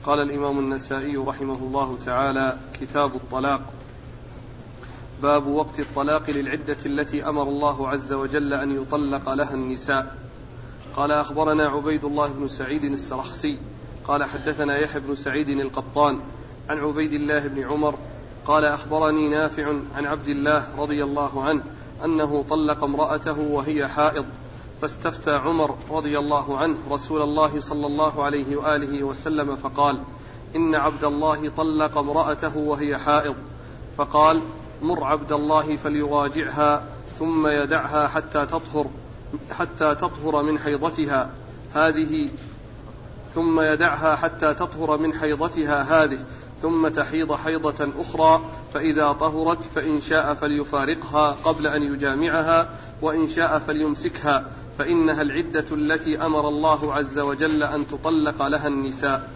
قال الإمام النسائي رحمه الله تعالى: كتاب الطلاق. باب وقت الطلاق للعدة التي أمر الله عز وجل أن يطلق لها النساء. قال: أخبرنا عبيد الله بن سعيد السرخسي قال: حدثنا يحيى بن سعيد القطان عن عبيد الله بن عمر قال: أخبرني نافع عن عبد الله رضي الله عنه أنه طلق امرأته وهي حائض، فاستفتى عمر رضي الله عنه رسول الله صلى الله عليه وآله وسلم فقال: إن عبد الله طلق امرأته وهي حائض، فقال: مر عبد الله فليراجعها ثم يدعها حتى تطهر من حيضتها هذه، ثم يدعها حتى تطهر من حيضتها هذه، ثم تحيض حيضة أخرى، فإذا طهرت فإن شاء فليفارقها قبل أن يجامعها، وإن شاء فليمسكها، فإنها العدة التي أمر الله عز وجل أن تطلق لها النساء.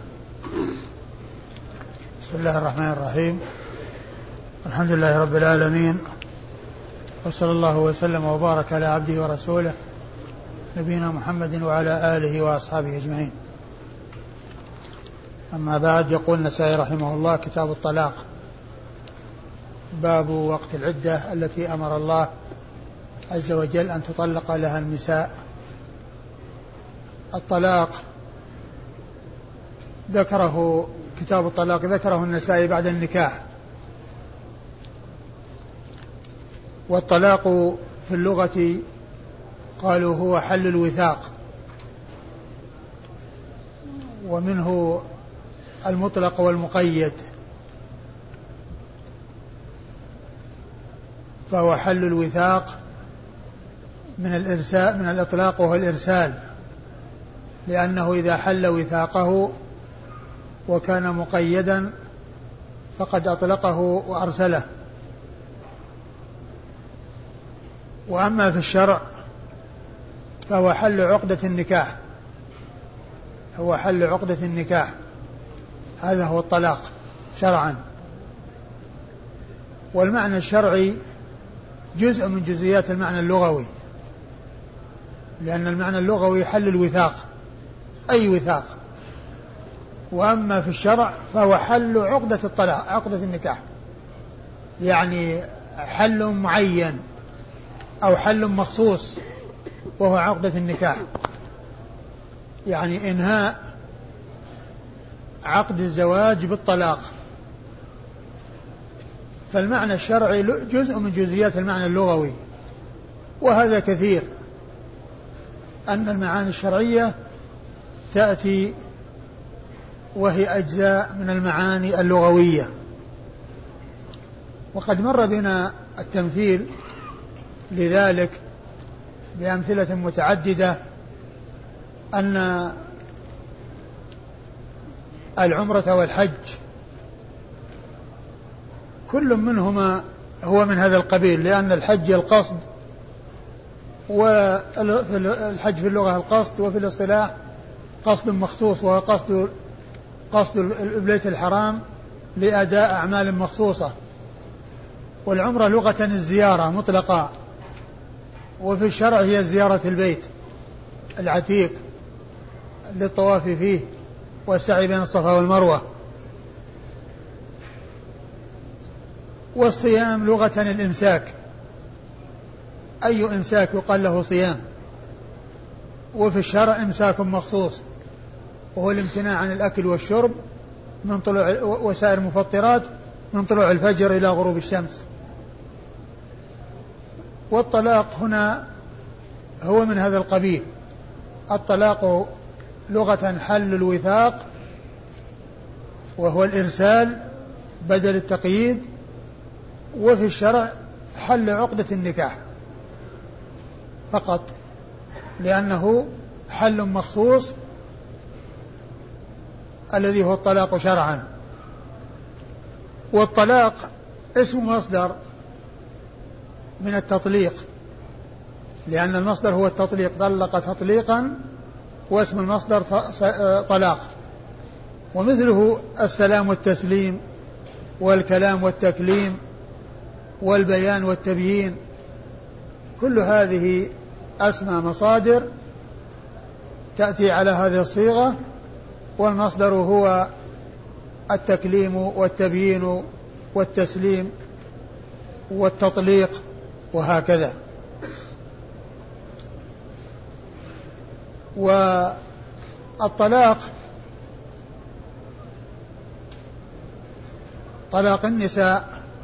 بسم الله الرحمن الرحيم. الحمد لله رب العالمين، وصلى الله وسلم وبارك على عبده ورسوله نبينا محمد وعلى آله وأصحابه أجمعين. أما بعد، يقول النسائي رحمه الله: كتاب الطلاق. باب وقت العدة التي أمر الله عز وجل أن تطلق لها النساء. الطلاق ذكره كتاب الطلاق ذكره النسائي بعد النكاح. والطلاق في اللغة قالوا هو حل الوثاق، ومنه المطلق والمقيد، فهو حل الوثاق من الإرسال، من الإطلاق وهو الإرسال، لأنه إذا حل وثاقه وكان مقيدا فقد أطلقه وأرسله. وأما في الشرع فهو حل عقدة النكاح، هو حل عقدة النكاح، هذا هو الطلاق شرعا. والمعنى الشرعي جزء من جزئيات المعنى اللغوي، لأن المعنى اللغوي حل الوثاق، أي وثاق. وأما في الشرع فهو حل عقدة الطلاق، عقدة النكاح، يعني حل معين أو حل مخصوص، وهو عقدة النكاح، يعني إنهاء عقد الزواج بالطلاق. فالمعنى الشرعي جزء من جزئيات المعنى اللغوي، وهذا كثير، أن المعاني الشرعية تأتي وهي أجزاء من المعاني اللغوية. وقد مر بنا التمثيل لذلك بأمثلة متعددة، أن العمرة والحج كل منهما هو من هذا القبيل، لأن الحج القصد، والحج في اللغة القصد، وفي الاصطلاح قصد مخصوص، وهو قصد البيت الحرام لأداء أعمال مخصوصة. والعمرة لغة الزيارة مطلقة، وفي الشرع هي زيارة البيت العتيق للطواف فيه والسعي بين الصفا والمروة. والصيام لغة الإمساك، أي إمساك يقال له صيام. وفي الشرع إمساك مخصوص، وهو الامتناع عن الأكل والشرب من طلوع وسائر المفطرات من طلوع الفجر إلى غروب الشمس. والطلاق هنا هو من هذا القبيل. الطلاق لغة حل الوثاق، وهو الإرسال بدل التقييد. وفي الشرع حل عقدة النكاح فقط، لأنه حل مخصوص الذي هو الطلاق شرعا. والطلاق اسم مصدر من التطليق، لأن المصدر هو التطليق، طلق تطليقا، واسم المصدر طلاق. ومثله السلام والتسليم والكلام والتكليم والبيان والتبيين، كل هذه أسمى مصادر تأتي على هذه الصيغة، والمصدر هو التكليم والتبيين والتسليم والتطليق وهكذا. والطلاق طلاق النساء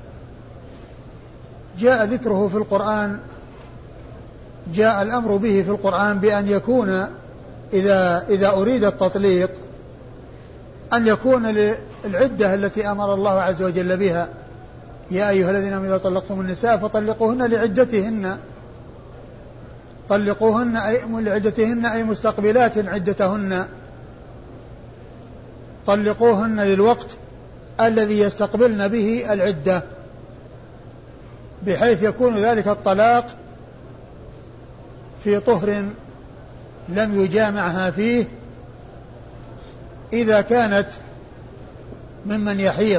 جاء ذكره في القرآن، جاء الأمر به في القرآن بأن يكون إذا أريد التطليق أن يكون للعدة التي أمر الله عز وجل بها. يا أيها الذين آمنوا إذا طلقتم النساء فطلقوهن لعدتهن، طلقوهن لعدتهن أي مستقبلات عدتهن، طلقوهن للوقت الذي يستقبلن به العدة، بحيث يكون ذلك الطلاق في طهر لم يجامعها فيه إذا كانت ممن يحيض،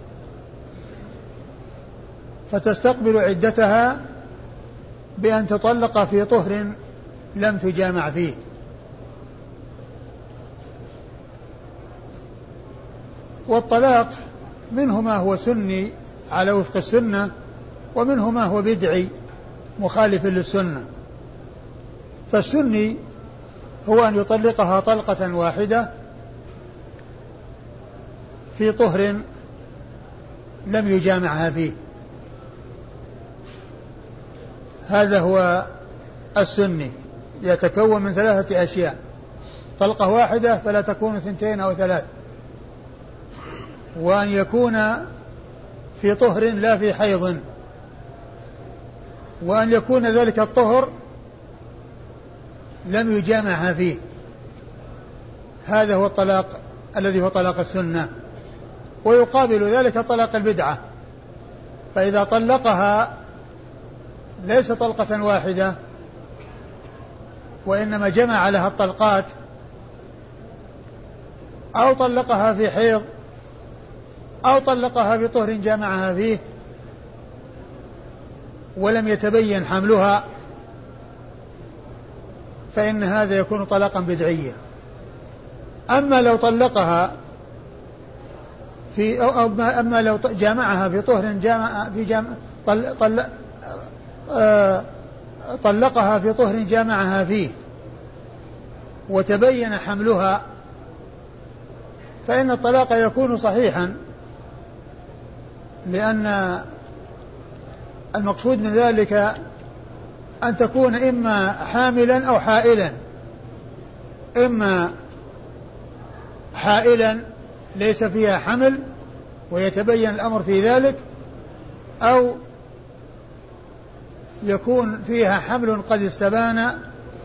فتستقبل عدتها بأن تطلق في طهر لم تجامع فيه. والطلاق منه ما هو سني على وفق السنة، ومنه ما هو بدعي مخالف للسنة. فالسني هو أن يطلقها طلقة واحدة في طهر لم يجامعها فيه، هذا هو السني، يتكون من 3 أشياء: طلقة واحدة فلا تكون 2 أو 3، وأن يكون في طهر لا في حيض، وأن يكون ذلك الطهر لم يجامعها فيه. هذا هو الطلاق الذي هو طلاق السنة. ويقابل ذلك طلاق البدعة، فإذا طلقها ليس طلقة واحدة وإنما جمع لها الطلقات، أو طلقها في حيض، أو طلقها في طهر جامعها فيه ولم يتبين حملها، فإن هذا يكون طلاقا بدعيا. أما لو طلقها في أما لو جامعها في طهر طلقها في طهر جامعها فيه وتبين حملها، فإن الطلاق يكون صحيحا، لأن المقصود من ذلك أن تكون إما حاملا أو حائلا، إما حائلا ليس فيها حمل ويتبين الأمر في ذلك، أو يكون فيها حمل قد استبان.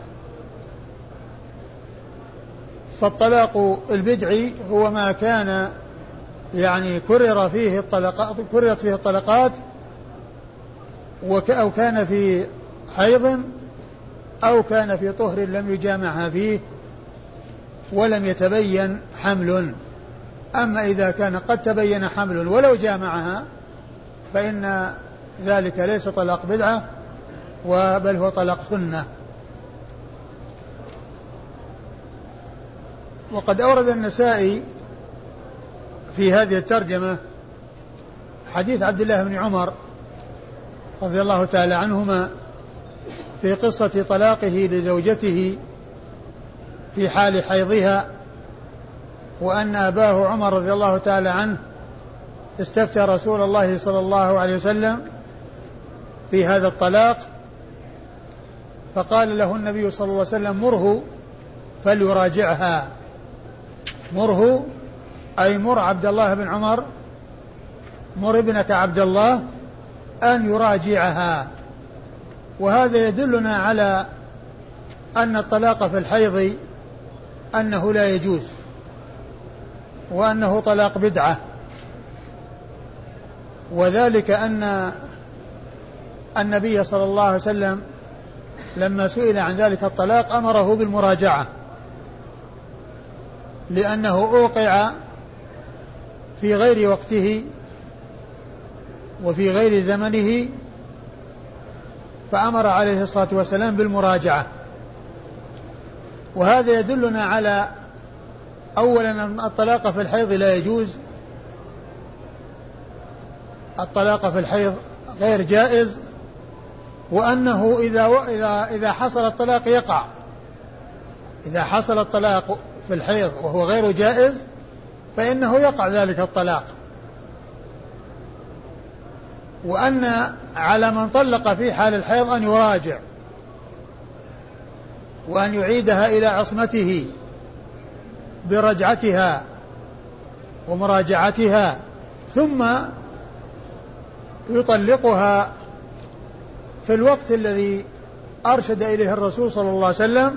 فالطلاق البدعي هو ما كان كررت فيه الطلقات أو كان في حيض أو كان في طهر لم يجامعها فيه ولم يتبين حمل. أما إذا كان قد تبين حمل ولو جامعها فإن ذلك ليس طلاق بدعة بل هو طلاق سنة. وقد أورد النسائي في هذه الترجمة حديث عبد الله بن عمر رضي الله تعالى عنهما في قصة طلاقه لزوجته في حال حيضها، وأن أباه عمر رضي الله تعالى عنه استفتى رسول الله صلى الله عليه وسلم في هذا الطلاق، فقال له النبي صلى الله عليه وسلم: مره فليراجعها. مره أي مر عبد الله بن عمر، مر ابنك عبد الله أن يراجعها. وهذا يدلنا على أن الطلاق في الحيض أنه لا يجوز، وأنه طلاق بدعة، وذلك أن النبي صلى الله عليه وسلم لما سئل عن ذلك الطلاق أمره بالمراجعة، لأنه أوقع في غير وقته وفي غير زمنه، فأمر عليه الصلاة والسلام بالمراجعة. وهذا يدلنا على أولا أن الطلاق في الحيض لا يجوز، الطلاق في الحيض غير جائز، وأنه إذا حصل الطلاق يقع، إذا حصل الطلاق في الحيض وهو غير جائز فإنه يقع ذلك الطلاق، وأن على من طلق في حال الحيض أن يراجع وأن يعيدها إلى عصمته برجعتها ومراجعتها، ثم يطلقها في الوقت الذي أرشد إليه الرسول صلى الله عليه وسلم،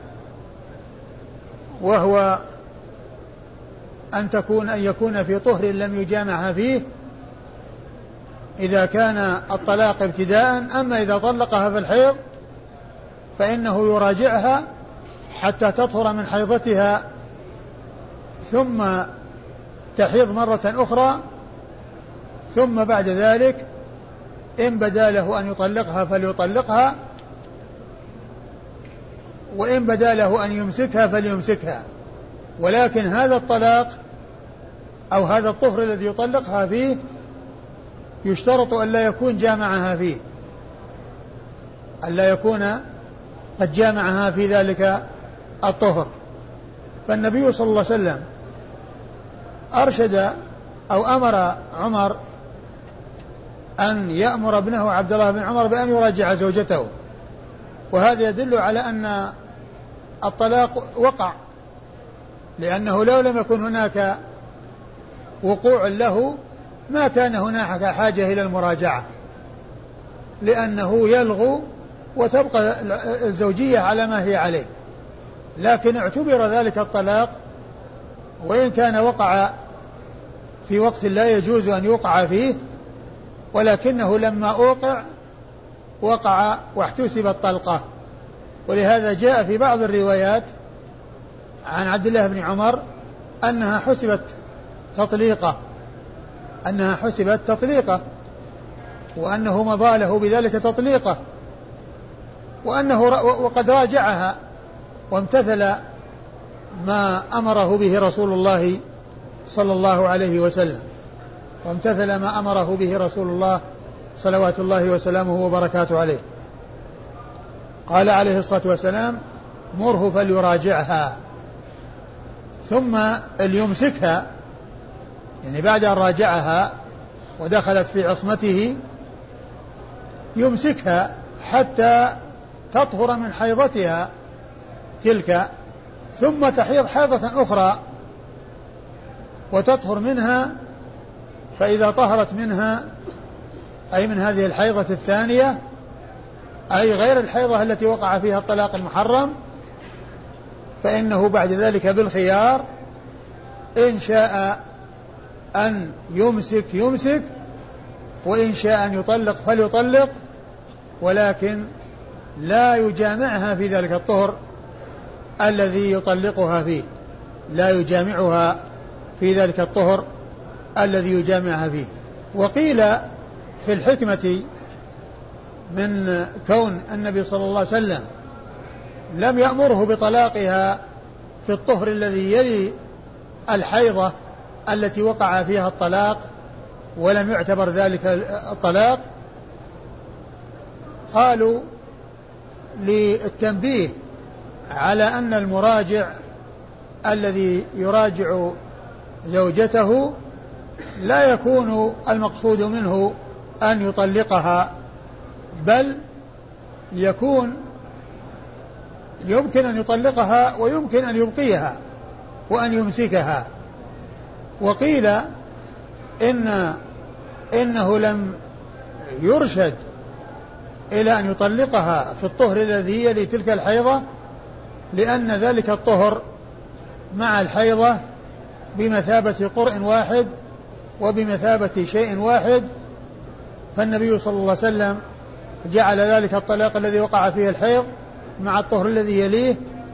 وهو أن يكون في طهر لم يجامعها فيه إذا كان الطلاق ابتداء. أما إذا طلقها في الحيض فإنه يراجعها حتى تطهر من حيضتها ثم تحيض مرة أخرى، ثم بعد ذلك إن بدا له أن يطلقها فليطلقها، وإن بدا له أن يمسكها فليمسكها. ولكن هذا الطلاق أو هذا الطهر الذي يطلقها فيه يشترط أن لا يكون جامعها فيه، أن لا يكون قد جامعها في ذلك الطهر. فالنبي صلى الله عليه وسلم أرشد أو أمر عمر أن يأمر ابنه عبد الله بن عمر بأن يراجع زوجته، وهذا يدل على أن الطلاق وقع، لأنه لو لم يكن هناك وقوع له ما كان هناك حاجة إلى المراجعة، لأنه يلغو وتبقى الزوجية على ما هي عليه. لكن اعتبر ذلك الطلاق وإن كان وقع في وقت لا يجوز أن يوقع فيه، ولكنه لما وقع واحتسب الطلقة. ولهذا جاء في بعض الروايات عن عبد الله بن عمر أنها حسبت تطليقة، وأنه مضى له بذلك تطليقة، وقد راجعها وامتثل ما أمره به رسول الله صلى الله عليه وسلم، وامتثل ما أمره به رسول الله صلوات الله وسلامه وبركاته عليه. قال عليه الصلاة والسلام: مره فليراجعها، ثم ليمسكها، يعني بعد أن راجعها ودخلت في عصمته يمسكها حتى تطهر من حيضتها تلك، ثم تحيض حيضة أخرى وتطهر منها. فإذا طهرت منها أي من هذه الحيضة الثانية، أي غير الحيضة التي وقع فيها الطلاق المحرم، فإنه بعد ذلك بالخيار، إن شاء أن يمسك وإن شاء أن يطلق فليطلق، ولكن لا يجامعها في ذلك الطهر الذي يطلقها فيه، لا يجامعها في ذلك الطهر الذي يجامعها فيه. وقيل في الحكمة من كون النبي صلى الله عليه وسلم لم يأمره بطلاقها في الطهر الذي يلي الحيضة التي وقع فيها الطلاق ولم يعتبر ذلك الطلاق، قالوا للتنبيه على أن المراجع الذي يراجع زوجته لا يكون المقصود منه أن يطلقها، بل يمكن أن يطلقها ويمكن أن يبقيها وأن يمسكها. وقيل إنه لم يرشد إلى أن يطلقها في الطهر الذي يلي تلك الحيضة، لأن ذلك الطهر مع الحيضة بمثابة قرء واحد وبمثابة شيء واحد، فالنبي صلى الله عليه وسلم جعل ذلك الطلاق الذي وقع فيه الحيض مع الطهر الذي يليه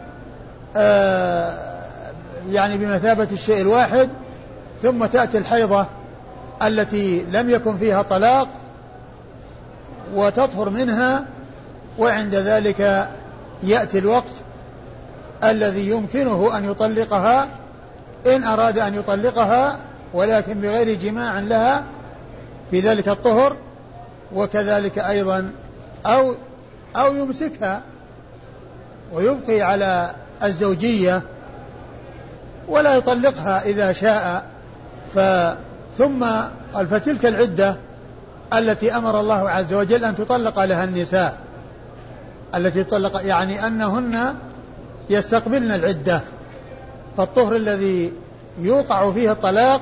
يعني بمثابة الشيء الواحد، ثم تأتي الحيضة التي لم يكن فيها طلاق وتطهر منها، وعند ذلك يأتي الوقت الذي يمكنه أن يطلقها إن أراد أن يطلقها، ولكن بغير جماع لها في ذلك الطهر، وكذلك أيضا أو يمسكها ويبقي على الزوجية ولا يطلقها إذا شاء. ثم فتلك العدة التي أمر الله عز وجل أن تطلق لها النساء، التي تطلق يعني أنهن يستقبلن العدة، فالطهر الذي يوقع فيه الطلاق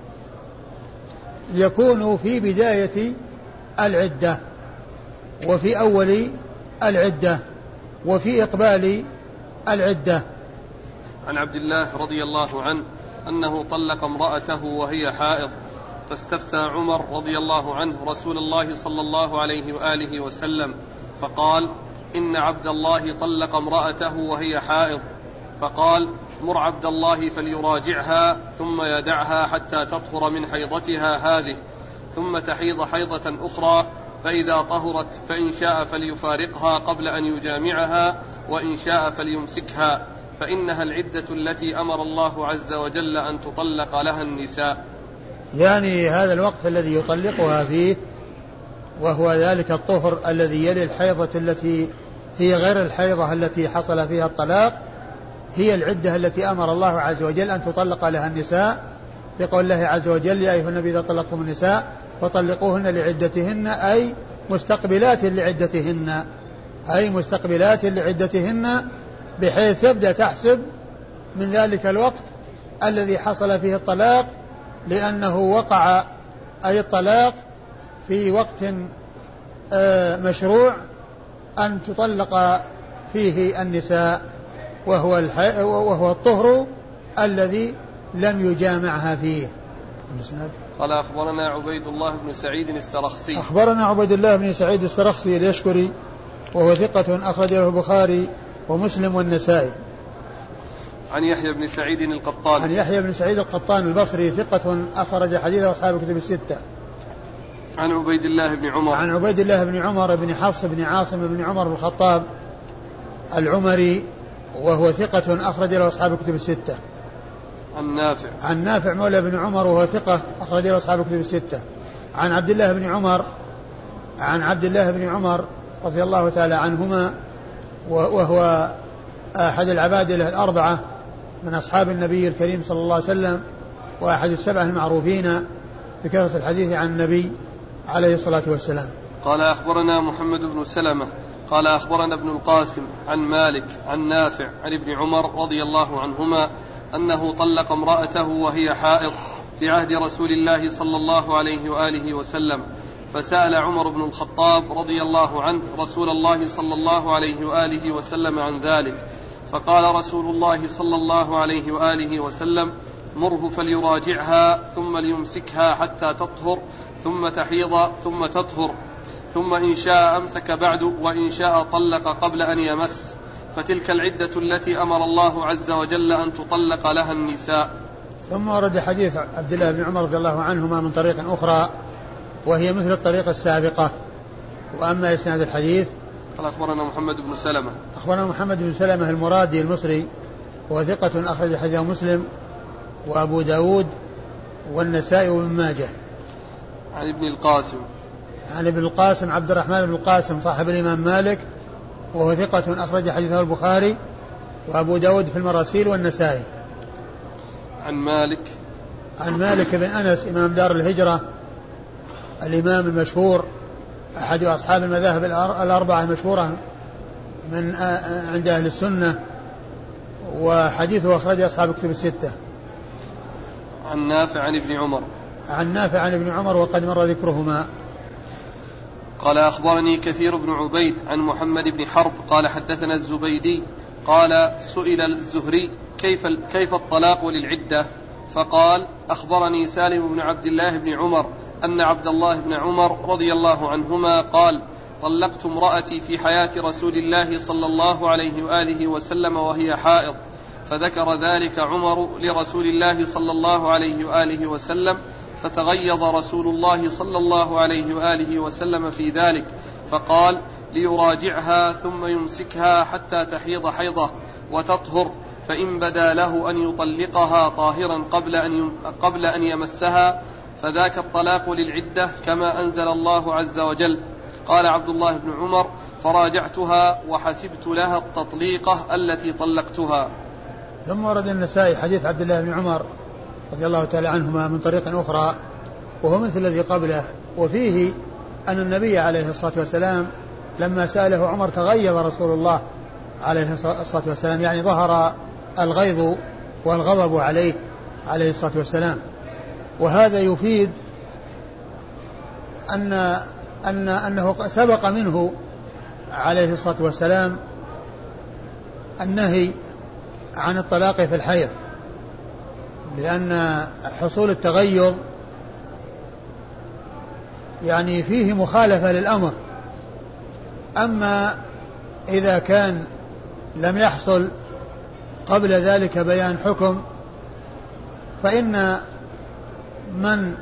يكون في بداية العدة وفي أول العدة وفي إقبال العدة. عن عبد الله رضي الله عنه أنه طلق امرأته وهي حائض، فاستفتى عمر رضي الله عنه رسول الله صلى الله عليه وآله وسلم فقال: إن عبد الله طلق امرأته وهي حائض، فقال: مر عبد الله فليراجعها ثم يدعها حتى تطهر من حيضتها هذه، ثم تحيض حيضة أخرى، فإذا طهرت فإن شاء فليفارقها قبل أن يجامعها، وإن شاء فليمسكها، فإنها العدة التي أمر الله عز وجل أن تطلق لها النساء. يعني هذا الوقت الذي يطلقها فيه، وهو ذلك الطهر الذي يلي الحيضة التي هي غير الحيضة التي حصل فيها الطلاق، هي العدة التي أمر الله عز وجل أن تطلق لها النساء، بقول الله عز وجل: يا أيها النبي إذا طلقتم النساء فطلقوهن لعدتهن، أي مستقبلات لعدتهن، أي مستقبلات لعدتهن، بحيث تبدأ تحسب من ذلك الوقت الذي حصل فيه الطلاق، لأنه وقع أي الطلاق في وقت مشروع أن تطلق فيه النساء، وهو الطهر الذي لم يجامعها فيه. قال: أخبرنا عبيد الله بن سعيد السرخسي. أخبرنا عبيد الله بن سعيد السرخسي اليشكري، وهو ثقة أخرج له البخاري ومسلم والنسائي. عن يحيى بن سعيد القطان. عن يحيى بن سعيد القطان البصري ثقة أخرج حديثه أصحاب الكتب الستة. عن عبيد الله بن عمر. عن عبيد الله بن عمر بن حفص بن عاصم بن عمر بن الخطاب العمري، وهو ثقة أخرج له أصحاب الكتب الستة. عن نافع. عن نافع مولى بن عمر، وهو ثقة أخرج له أصحاب الكتب الستة. عن عبد الله بن عمر، عن عبد الله بن عمر رضي الله تعالى عنهما، وهو أحد العبادلة الأربعة من أصحاب النبي الكريم صلى الله عليه وسلم، وأحد السبعة المعروفين بكثرة الحديث عن النبي عليه الصلاة والسلام. قال: أخبرنا محمد بن سلمة قال: أخبرنا ابن القاسم عن مالك عن نافع عن ابن عمر رضي الله عنهما أنه طلق امرأته وهي حائض في عهد رسول الله صلى الله عليه وآله وسلم، فسأل عمر بن الخطاب رضي الله عنه رسول الله صلى الله عليه وآله وسلم عن ذلك، فقال رسول الله صلى الله عليه وآله وسلم: مره فليراجعها ثم ليمسكها حتى تطهر، ثم تحيض ثم تطهر، ثم إن شاء أمسك بعد، وإن شاء طلق قبل أن يمس، فتلك العدة التي أمر الله عز وجل أن تطلق لها النساء. ثم ورد حديث عبد الله بن عمر رضي الله عنهما من طريق أخرى، وهي مثل الطريقة السابقة. وأما إسناد الحديث قال: أخبرنا محمد بن سلمة. أخبرنا محمد بن سلمة المرادي المصري، وهو ثقة أخرج حديثه مسلم وأبو داود والنسائي وابن ماجه. عن ابن القاسم. عن ابن القاسم عبد الرحمن بن القاسم صاحب الإمام مالك، وهو ثقة أخرج حديثه البخاري وأبو داود في المراسيل والنسائي. عن مالك. عن مالك بن أنس إمام دار الهجرة الإمام المشهور، أحد أصحاب المذاهب الأربعة المشهورة من عند أهل السنة، وحديثه أخرج أصحاب الكتب الستة. عن نافع عن ابن عمر. عن نافع عن ابن عمر وقد مر ذكرهما. قال: أخبرني كثير بن عبيد عن محمد بن حرب قال: حدثنا الزبيدي قال: سئل الزهري كيف الطلاق للعدة؟ فقال: أخبرني سالم بن عبد الله بن عمر أن عبد الله بن عمر رضي الله عنهما قال: طلقت امرأتي في حياة رسول الله صلى الله عليه وآله وسلم وهي حائض، فذكر ذلك عمر لرسول الله صلى الله عليه وآله وسلم، فتغيظ رسول الله صلى الله عليه وآله وسلم في ذلك، فقال: ليراجعها ثم يمسكها حتى تحيض حيضة وتطهر، فإن بدا له أن يطلقها طاهرا قبل أن يمسها فذاك الطلاق للعدة كما أنزل الله عز وجل. قال عبد الله بن عمر: فراجعتها وحسبت لها التطليقة التي طلقتها. ثم ورد النسائي حديث عبد الله بن عمر رضي الله تعالى عنهما من طريق أخرى وهو مثل الذي قبله، وفيه أن النبي عليه الصلاة والسلام لما سأله عمر تغيظ رسول الله عليه الصلاة والسلام، يعني ظهر الغيظ والغضب عليه عليه الصلاة والسلام. وهذا يفيد أنه سبق منه عليه الصلاة والسلام النهي عن الطلاق في الحيض، لأن حصول التغيظ يعني فيه مخالفة للأمر. أما إذا كان لم يحصل قبل ذلك بيان حكم فإن من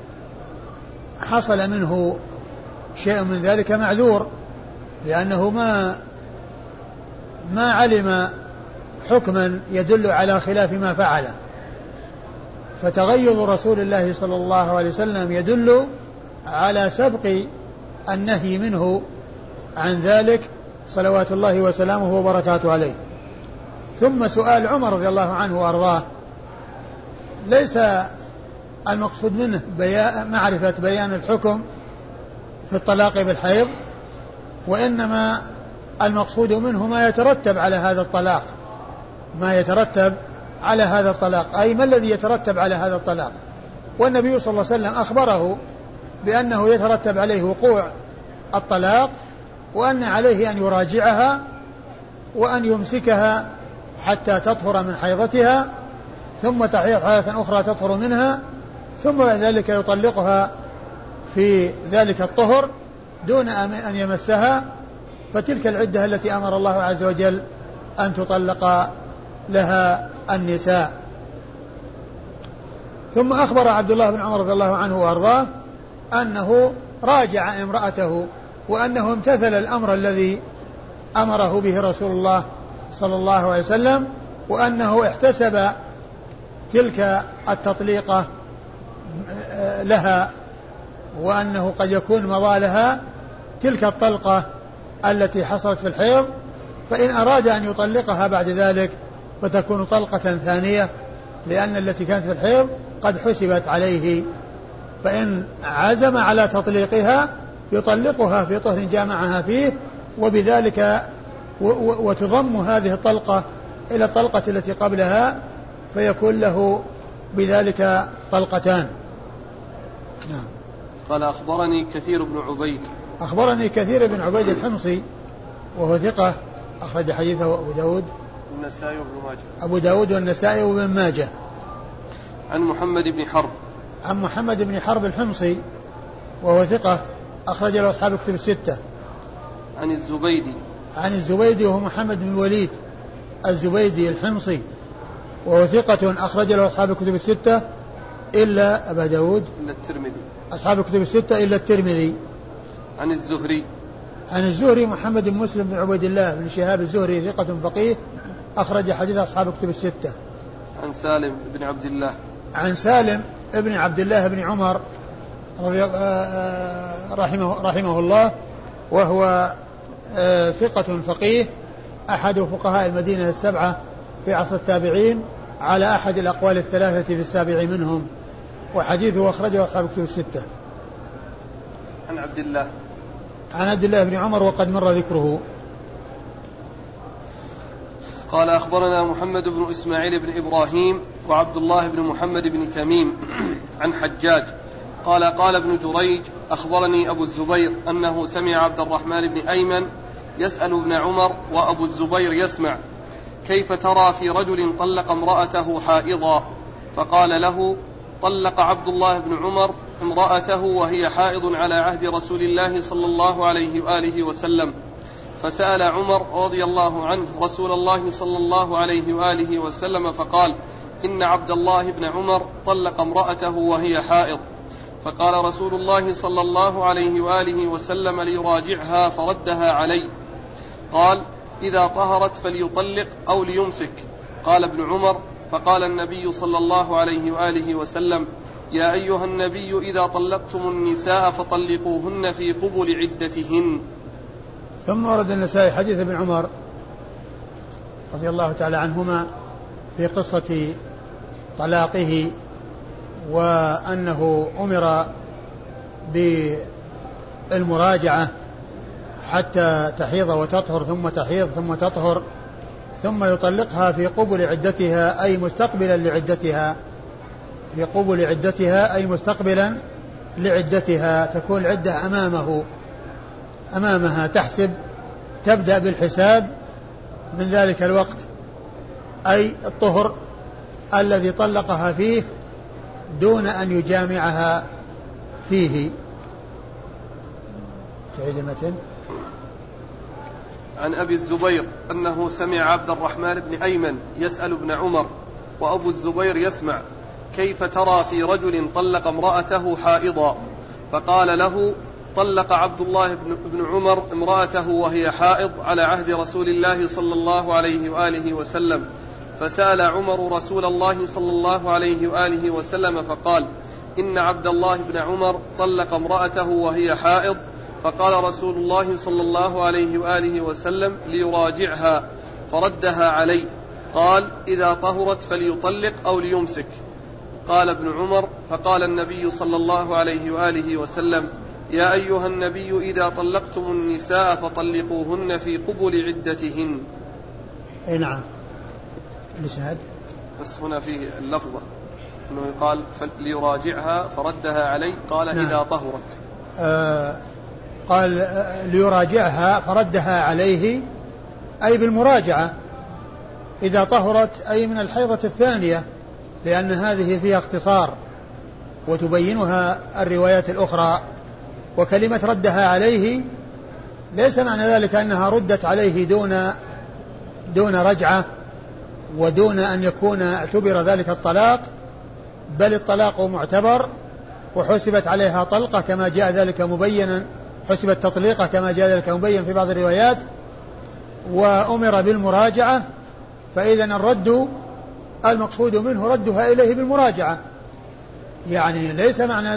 حصل منه شيء من ذلك معذور، لأنه ما علم حكما يدل على خلاف ما فعله. فتغيظ رسول الله صلى الله عليه وسلم يدل على سبق النهي منه عن ذلك صلوات الله وسلامه وبركاته عليه. ثم سؤال عمر رضي الله عنه وأرضاه ليس المقصود منه معرفة بيان الحكم في الطلاق بالحيض، وإنما المقصود منه ما يترتب على هذا الطلاق، ما يترتب على هذا الطلاق، أي ما الذي يترتب على هذا الطلاق. والنبي صلى الله عليه وسلم أخبره بأنه يترتب عليه وقوع الطلاق، وأن عليه أن يراجعها وأن يمسكها حتى تطهر من حيضتها، ثم تحيض حيضة أخرى تطهر منها، ثم بعد ذلك يطلقها في ذلك الطهر دون أن يمسها. فتلك العدة التي أمر الله عز وجل أن تطلق لها النساء. ثم أخبر عبد الله بن عمر رضي الله عنه وأرضاه أنه راجع امرأته، وأنه امتثل الأمر الذي أمره به رسول الله صلى الله عليه وسلم، وأنه احتسب تلك التطليقة لها، وأنه قد يكون مضى لها تلك الطلقة التي حصلت في الحيض، فإن أراد أن يطلقها بعد ذلك فتكون طلقة ثانية، لأن التي كانت في الحيض قد حسبت عليه. فإن عزم على تطليقها يطلقها في طهر جامعها فيه، وبذلك وتضم هذه الطلقة إلى الطلقة التي قبلها، فيكون له بذلك طلقتان. نعم. قال: أخبرني كثير بن عبيد. أخبرني كثير بن عبيد الحمصي وهو ثقة، أخرج حديثه أبو داود والنسائي وابن ماجه. أبو داود والنسائي وابن ماجه. عن محمد بن حرب. عن محمد بن حرب الحمصي وهو ثقة، أخرج له أصحاب الكتب الستة. عن الزبيدي. عن الزبيدي وهو محمد بن الوليد الزبيدي الحمصي وهو ثقة، أخرج له أصحاب الكتب الستة إلا أبا داود إلا الترمذي. أصحاب الكتب الستة إلا الترمذي. عن الزهري. عن الزهري محمد بن مسلم بن عبيد الله بن شهاب الزهري ثقة فقيه، أخرج حديث أصحاب الكتب الستة. عن سالم بن عبد الله. عن سالم ابن عبد الله بن عمر رحمه الله، وهو ثقة فقيه، أحد فقهاء المدينة السبعة في عصر التابعين، على أحد الأقوال الثلاثة في السابع منهم، وحديثه أخرجه أصحاب الكتب الستة. عن عبد الله. عن عبد الله بن عمر وقد مر ذكره. قال: أخبرنا محمد بن إسماعيل بن إبراهيم وعبد الله بن محمد بن تميم عن حجاج قال: قال ابن جريج: أخبرني أبو الزبير أنه سمع عبد الرحمن بن أيمن يسأل ابن عمر وأبو الزبير يسمع: كيف ترى في رجل طلق امرأته حائضا؟ فقال له: طلق عبد الله بن عمر امرأته وهي حائض على عهد رسول الله صلى الله عليه وآله وسلم. فسأل عمر رضي الله عنه رسول الله صلى الله عليه وآله وسلم فقال: إن عبد الله بن عمر طلق امرأته وهي حائض. فقال رسول الله صلى الله عليه وآله وسلم ليراجعها فردها عليه. قال: إذا طهرت فليطلق أو ليمسك. قال ابن عمر: فقال النبي صلى الله عليه وآله وسلم: يا أيها النبي إذا طلقتم النساء فطلقوهن في قبل عدتهن. ثم ورد النسائي حديث ابن عمر رضي الله تعالى عنهما في قصة طلاقه، وأنه أمر بالمراجعة حتى تحيض وتطهر ثم تحيض ثم تطهر ثم يطلقها في قبل عدتها أي مستقبلا لعدتها، في قبل عدتها أي مستقبلا لعدتها، تكون العدة أمامها تحسب، تبدأ بالحساب من ذلك الوقت أي الطهر الذي طلقها فيه دون أن يجامعها فيه. تعيد المتن. عن أبي الزبير أنه سمع عبد الرحمن بن أيمن يسأل ابن عمر وأبو الزبير يسمع: كيف ترى في رجل طلق امرأته حائضا؟ فقال له: طلق عبد الله بن عمر امرأته وهي حائض على عهد رسول الله صلى الله عليه وآله وسلم، فسأل عمر رسول الله صلى الله عليه وآله وسلم فقال: إن عبد الله بن عمر طلق امرأته وهي حائض، فقال رسول الله صلى الله عليه وآله وسلم: ليراجعها، فردها علي، قال: إذا طهرت فليطلق أو ليمسك. قال ابن عمر: فقال النبي صلى الله عليه وآله وسلم: يا أيها النبي إذا طلقتم النساء فطلقوهن في قبل عدتهن. أي نعم. الإسناد بس هنا فيه اللفظة أنه قال ليراجعها فردها علي، قال: نعم. إذا طهرت قال ليراجعها فردها عليه أي بالمراجعة، إذا طهرت أي من الحيضة الثانية، لأن هذه فيها اختصار وتبينها الروايات الأخرى. وكلمة ردها عليه ليس معنى ذلك أنها ردت عليه دون رجعة ودون أن يكون اعتبر ذلك الطلاق، بل الطلاق معتبر وحسبت عليها طلقة كما جاء ذلك مبينا، حسبت تطليقة كما جاء ذلك مبين في بعض الروايات، وأمر بالمراجعة. فإذا الرد المقصود منه ردها إليه بالمراجعة، يعني ليس معنى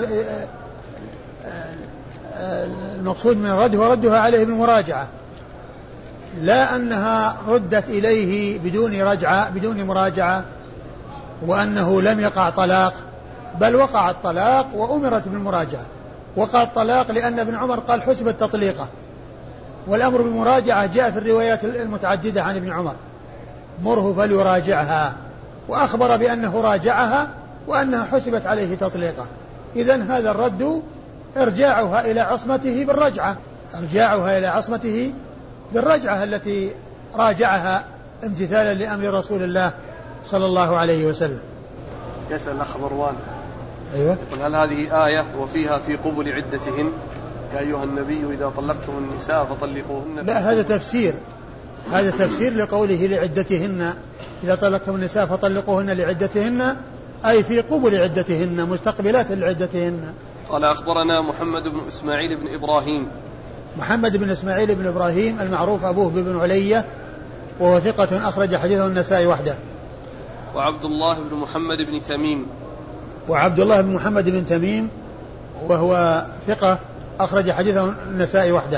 المقصود من الرد هو ردها عليه بالمراجعة، لا أنها ردت إليه بدون رجعة بدون مراجعة وأنه لم يقع طلاق، بل وقع الطلاق وأمرت بالمراجعة. وقع الطلاق لأن ابن عمر قال حسبت تطليقة، والأمر بالمراجعة جاء في الروايات المتعددة عن ابن عمر: مره فليراجعها، وأخبر بأنه راجعها وأنها حسبت عليه تطليقة. إذن هذا الرد ارجاعها إلى عصمته بالرجعة، ارجاعها إلى عصمته بالرجعة التي راجعها امتثالا لأمر رسول الله صلى الله عليه وسلم. يسأل الأخ مروان: أيوة، يقول: هل هذه آية وفيها في قبل عدتهن يا أيها النبي إذا طلقتم النساء فطلقوهن؟ لا، هذا تفسير لقوله لعدتهن، إذا طلقتم النساء فطلقوهن لعدتهن أي في قبل عدتهن، مستقبلات لعدتهن. قال: أخبرنا محمد بن إسماعيل بن إبراهيم. محمد بن إسماعيل بن إبراهيم المعروف أبوه بن علية، وهو ثقة أخرج حديثه النسائي وحده. وعبد الله بن محمد بن تميم. وعبد الله بن محمد بن تميم وهو ثقة أخرج حديثه النسائي وحده.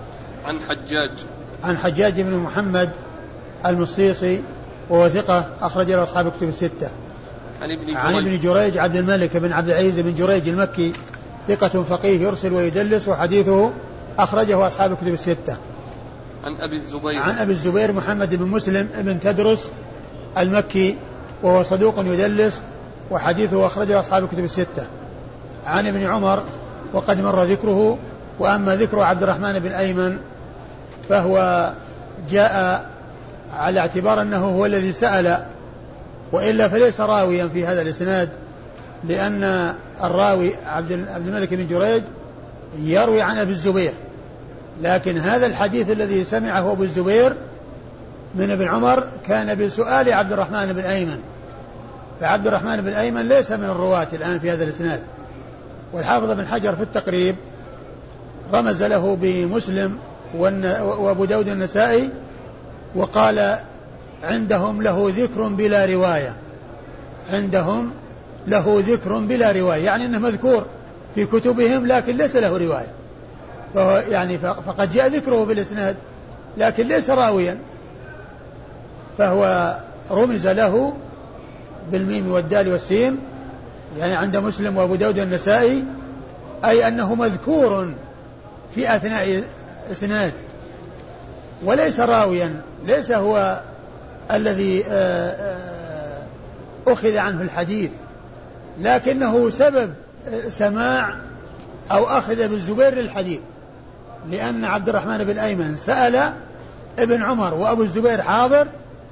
عن حجاج بن محمد المصيصي وهو ثقة أخرج له أصحاب كتب الستة. عن ابن جريج عبد الملك بن عبد العزيز بن جريج المكي ثقة فقيه يرسل ويدلس، وحديثه أخرجه أصحاب الكتب الستة. عن أبي الزبير محمد بن مسلم بن تدرس المكي وهو صدوق يدلس، وحديثه أخرجه أصحاب الكتب الستة. عن ابن عمر وقد مر ذكره، وأما ذكر عبد الرحمن بن أيمن فهو جاء على اعتبار أنه هو الذي سأل، وإلا فليس راويا في هذا الإسناد، لأن الراوي عبد الملك بن جريج يروي عن أبي الزبير، لكن هذا الحديث الذي سمعه أبو الزبير من ابن عمر كان بسؤال عبد الرحمن بن أيمن، فعبد الرحمن بن أيمن ليس من الرواة الآن في هذا الإسناد. والحافظ بن حجر في التقريب رمز له بمسلم وأبو داود النسائي، وقال عندهم له ذكر بلا رواية، عندهم له ذكر بلا رواية، يعني أنه مذكور في كتبهم لكن ليس له رواية، فهو يعني فقد جاء ذكره بالإسناد لكن ليس راويا، فهو رمز له بالميم والدال والسين، يعني عند مسلم وأبو داود والنسائي، أي أنه مذكور في أثناء إسناد وليس راويا، ليس هو الذي أخذ عنه الحديث، لكنه سبب سماع أو أخذ بالزبير للحديث، لأن عبد الرحمن بن أيمن سأل ابن عمر وأبو الزبير حاضر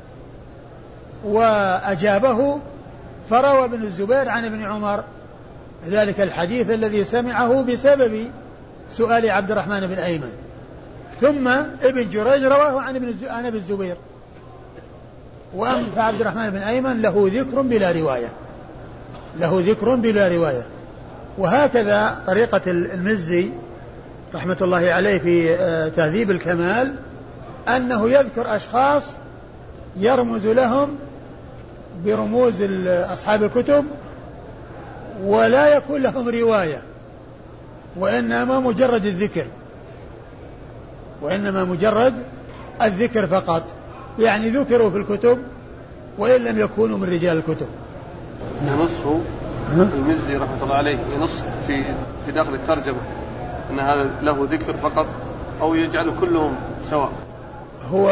وأجابه، فروى ابن الزبير عن ابن عمر ذلك الحديث الذي سمعه بسبب سؤال عبد الرحمن بن أيمن، ثم ابن جريج رواه عن ابن الزبير، وأما عبد الرحمن بن أيمن له ذكر بلا رواية، له ذكر بلا رواية. وهكذا طريقة المزي رحمة الله عليه في تهذيب الكمال، أنه يذكر أشخاص يرمز لهم برموز أصحاب الكتب ولا يكون لهم رواية، وإنما مجرد الذكر، وإنما مجرد الذكر فقط، يعني ذكروا في الكتب وإن لم يكونوا من رجال الكتب. ينصه المزي رحمة الله عليه، ينص في داخل الترجمة أن هذا له ذكر فقط، أو يجعل كلهم سواء؟ هو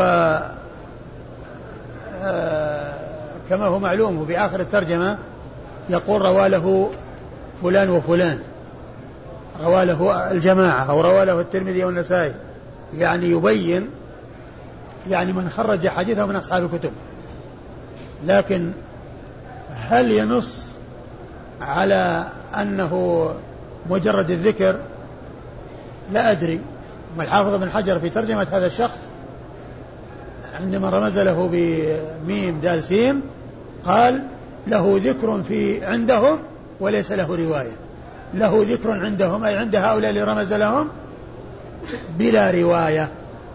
كما هو معلوم في آخر الترجمة يقول روى له فلان وفلان، روى له الجماعة أو روى له الترمذي والنسائي، يعني يبين يعني من خرج حديثه من أصحاب الكتب، لكن هل ينص على أنه مجرد الذكر لا أدري. الحافظ بن حجر في ترجمة هذا الشخص عندما رمز له بميم دال سين قال له ذكر في عندهم وليس له رواية، له ذكر عندهم أي عند هؤلاء اللي رمز لهم بلا رواية.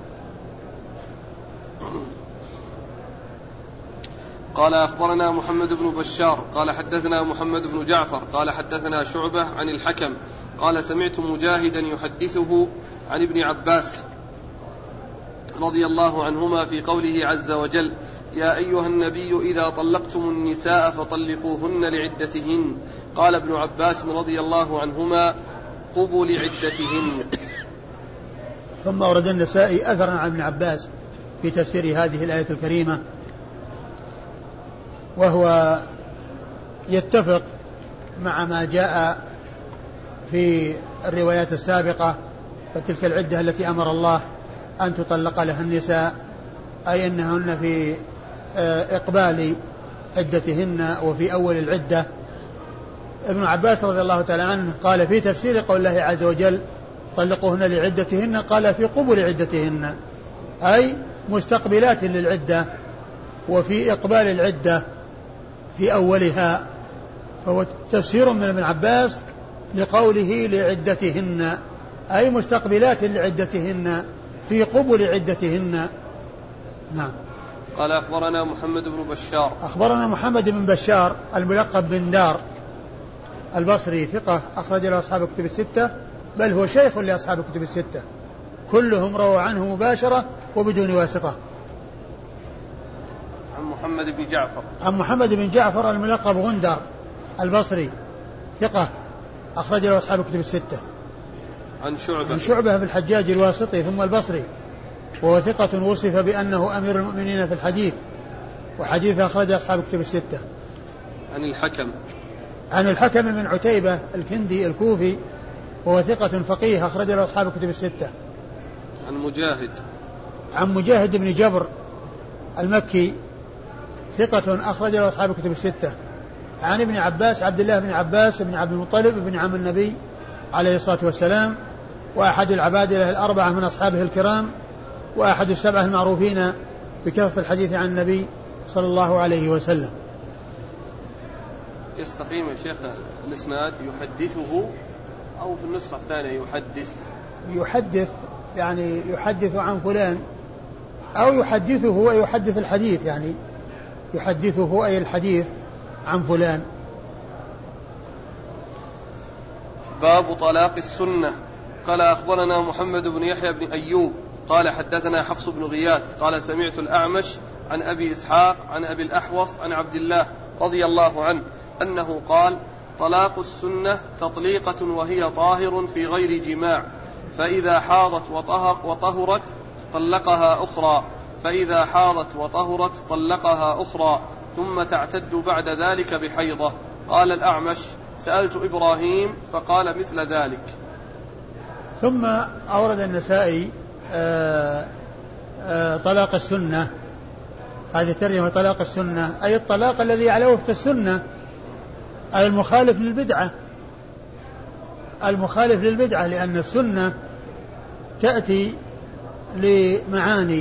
قال أخبرنا محمد بن بشار قال حدثنا محمد بن جعفر قال حدثنا شعبة عن الحكم قال سمعت مجاهدا يحدثه عن ابن عباس رضي الله عنهما في قوله عز وجل يا أيها النبي إذا طلقتم النساء فطلقوهن لعدتهن. قال ابن عباس رضي الله عنهما قبوا لعدتهن. ثم ورد النسائي أثرا عن ابن عباس في تفسير هذه الآية الكريمة، وهو يتفق مع ما جاء في الروايات السابقة، فتلك العدة التي أمر الله أن تطلق لها النساء، أي أنهن في إقبال عدتهن وفي أول العدة. ابن عباس رضي الله تعالى عنه قال في تفسير قول الله عز وجل طلقوهن لعدتهن قال في قبل عدتهن، أي مستقبلات للعدة وفي إقبال العدة في أولها، فهو تفسير من ابن عباس لقوله لعدتهن أي مستقبلات لعدتهن في قبل عدتهن. نعم. قال أخبرنا محمد بن بشار أخبرنا محمد بن بشار الملقب بن دار البصري ثقة أخرج له أصحاب الكتب الستة، بل هو شيخ لأصحاب الكتب الستة، كلهم رووا عنه مباشرة وبدون واسطة. عن محمد بن جعفر عن محمد بن جعفر الملقب غندر البصري ثقة أخرج له أصحاب الكتب الستة. عن شعبة بالحجاج الواسطي ثم البصري، وهو ثقة وصف بأنه أمير المؤمنين في الحديث، وحديث أخرج أصحاب الكتب الستة. عن الحكم بن عتيبة الكندي الكوفي، وهو ثقة فقيه أخرج له أصحاب الكتب الستة. عن مجاهد بن جبر المكي ثقة أخرج له أصحاب الكتب الستة. عن ابن عباس عبد الله بن عباس بن عبد المطلب بن عم النبي عليه الصلاة والسلام، وأحد العبادلة الأربعة من أصحابه الكرام، وأحد السبعة المعروفين بكثرة الحديث عن النبي صلى الله عليه وسلم. يستقيم يا شيخ الإسناد يحدثه أو في النسخة الثانية يحدث يعني يحدث عن فلان، أو يحدثه ويحدث الحديث، يعني يحدثه أي الحديث عن فلان. باب طلاق السنة. قال أخبرنا محمد بن يحيى بن أيوب قال حدثنا حفص بن غياث قال سمعت الأعمش عن أبي إسحاق عن أبي الأحوص عن عبد الله رضي الله عنه أنه قال طلاق السنة تطليقة وهي طاهر في غير جماع، فإذا حاضت وطهرت طلقها أخرى، فإذا حاضت وطهرت طلقها أخرى، ثم تعتد بعد ذلك بحيضة. قال الأعمش سألت إبراهيم فقال مثل ذلك. ثم أورد النسائي طلاق السنة. هذه ترجمة طلاق السنة أي الطلاق الذي على وفق السنة، أي المخالف للبدعة، المخالف للبدعة، لأن السنة تأتي لمعاني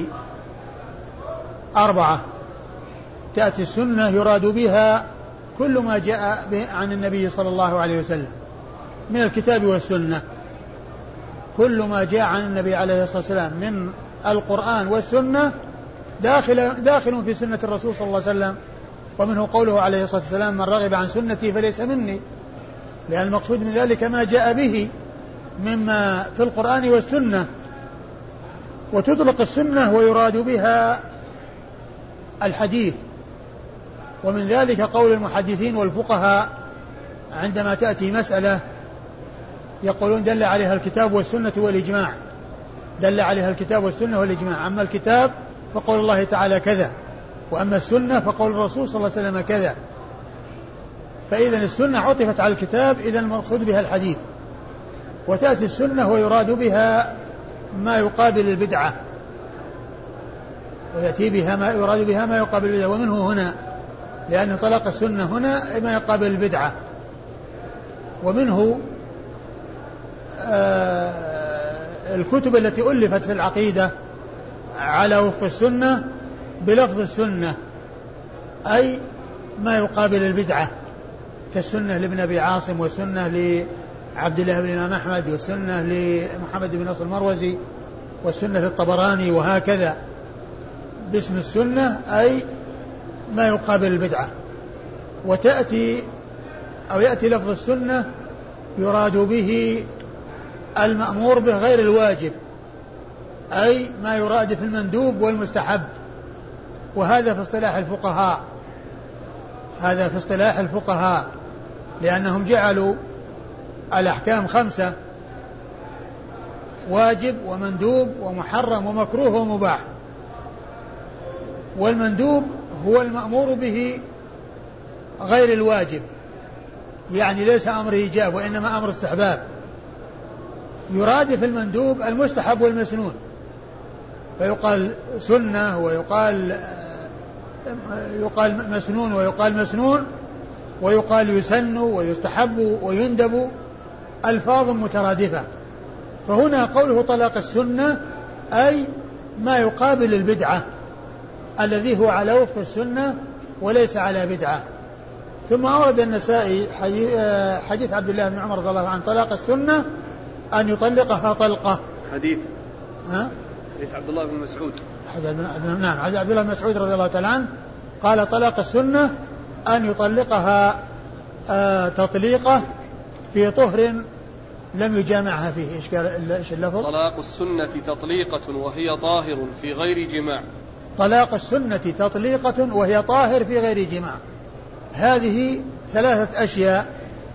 4. تأتي السنة يراد بها كل ما جاء عن النبي صلى الله عليه وسلم من الكتاب والسنة، كل ما جاء عن النبي عليه الصلاة والسلام من القرآن والسنة داخل في سنة الرسول صلى الله عليه وسلم. ومنه قوله عليه الصلاة والسلام من رغب عن سنتي فليس مني، لأن المقصود من ذلك ما جاء به مما في القرآن والسنة. وتطلق السنة ويراد بها الحديث، ومن ذلك قول المحدثين والفقهاء عندما تأتي مسألة يقولون دل عليها الكتاب والسنة والإجماع، دل عليها الكتاب والسنة والإجماع. أما الكتاب فقول الله تعالى كذا، وأما السنة فقول الرسول صلى الله عليه وسلم كذا. فإذا السنة عطفت على الكتاب، إذا المقصود بها الحديث. وتأتي السنة ويراد بها ما يقابل البدعة، ويأتي بها ما يراد بها ما يقابل البدعة. ومنه هنا لأن طلاق السنة هنا ما يقابل البدعة. ومنه الكتب التي ألفت في العقيدة على وفق السنة بلفظ السنة، أي ما يقابل البدعة، كالسنة لابن أبي عاصم، والسنة لعبد الله بن الإمام أحمد، والسنة لمحمد بن نصر المروزي، والسنة للطبراني، وهكذا باسم السنة أي ما يقابل البدعة. وتأتي أو يأتي لفظ السنة يراد به المأمور به غير الواجب، أي ما يراد في المندوب والمستحب. وهذا في اصطلاح الفقهاء، هذا في اصطلاح الفقهاء، لأنهم جعلوا الأحكام 5: واجب ومندوب ومحرم ومكروه ومباح. والمندوب هو المأمور به غير الواجب، يعني ليس أمر إيجاب وإنما أمر استحباب. يراد في المندوب المستحب والمسنون، فيقال سنة ويقال مسنون ويقال مسنون ويقال يسن ويستحب ويندب، ألفاظ مترادفة. فهنا قوله طلاق السنة أي ما يقابل البدعة، الذي هو على وفق السنة وليس على بدعة. ثم أورد النسائي حديث عبد الله بن عمر رضي الله عنه طلاق السنة أن يطلقها طلقة. حديث عبد الله بن مسعود. نعم، عبد الله بن مسعود رضي الله تعالى عنه قال طلاق السنة أن يطلقها تطليقة في طهر لم يجامعها فيه. إيش اللفظ؟ طلاق السنة تطليقة وهي طاهر في غير جماع. طلاق السنة تطليقة وهي طاهر في غير جماع. هذه 3 أشياء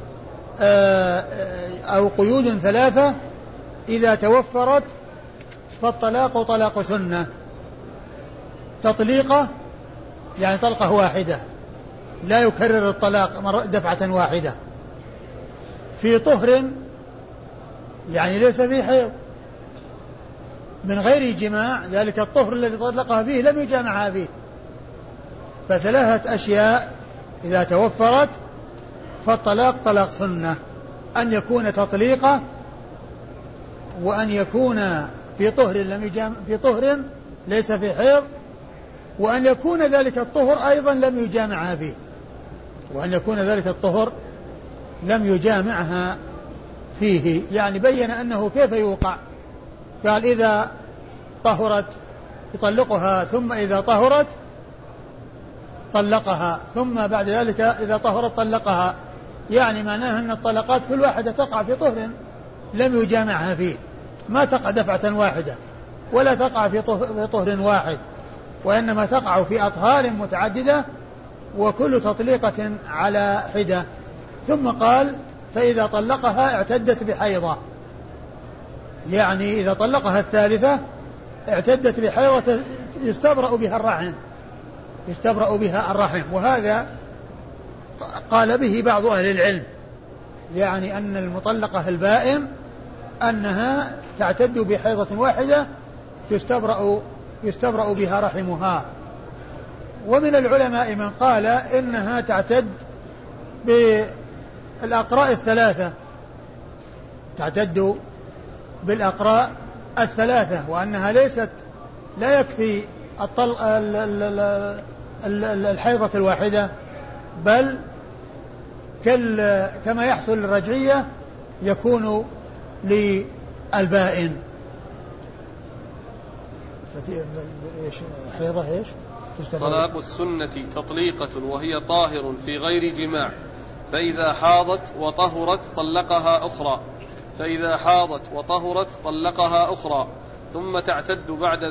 أو قيود 3 إذا توفرت فالطلاق طلاق سنة. تطليقة يعني طلقة واحدة، لا يكرر الطلاق دفعة واحدة. في طهر يعني ليس فيه حيض، من غير جماع، ذلك الطهر الذي طلقها فيه لم يجامعها فيه. ف3 أشياء إذا توفرت فالطلاق طلاق سنة: أن يكون تطليقة، وأن يكون في طهر ليس في حيض، وأن يكون ذلك الطهر أيضا لم يجامعها فيه، وأن يكون ذلك الطهر لم يجامعها فيه. يعني بين أنه كيف يوقع. قال إذا طهرت يطلقها، ثم إذا طهرت طلقها، ثم بعد ذلك إذا طهرت طلقها. يعني معناه أن الطلقات كل واحدة تقع في طهر لم يجامعها فيه، ما تقع دفعة واحدة ولا تقع في طهر واحد، وإنما تقع في أطهار متعددة وكل تطليقة على حدة. ثم قال فإذا طلقها اعتدت بحيضة، يعني إذا طلقها الثالثة اعتدت بحيضة يستبرأ بها الرحم. وهذا قال به بعض أهل العلم، يعني أن المطلقة البائن أنها تعتد بحيضة واحدة يستبرأ بها رحمها. ومن العلماء من قال إنها تعتد بالأقراء الثلاثة، تعتد بالأقراء الثلاثة، وأنها لا يكفي الحيضة الواحدة، بل كما يحصل للرجعية يكون للبائن. حيضة ايش؟ طلاق السنة تطليقة وهي طاهر في غير جماع، فإذا حاضت وطهرت طلقها أخرى، فإذا حاضت وطهرت طلقها أخرى، ثم تعتد بعد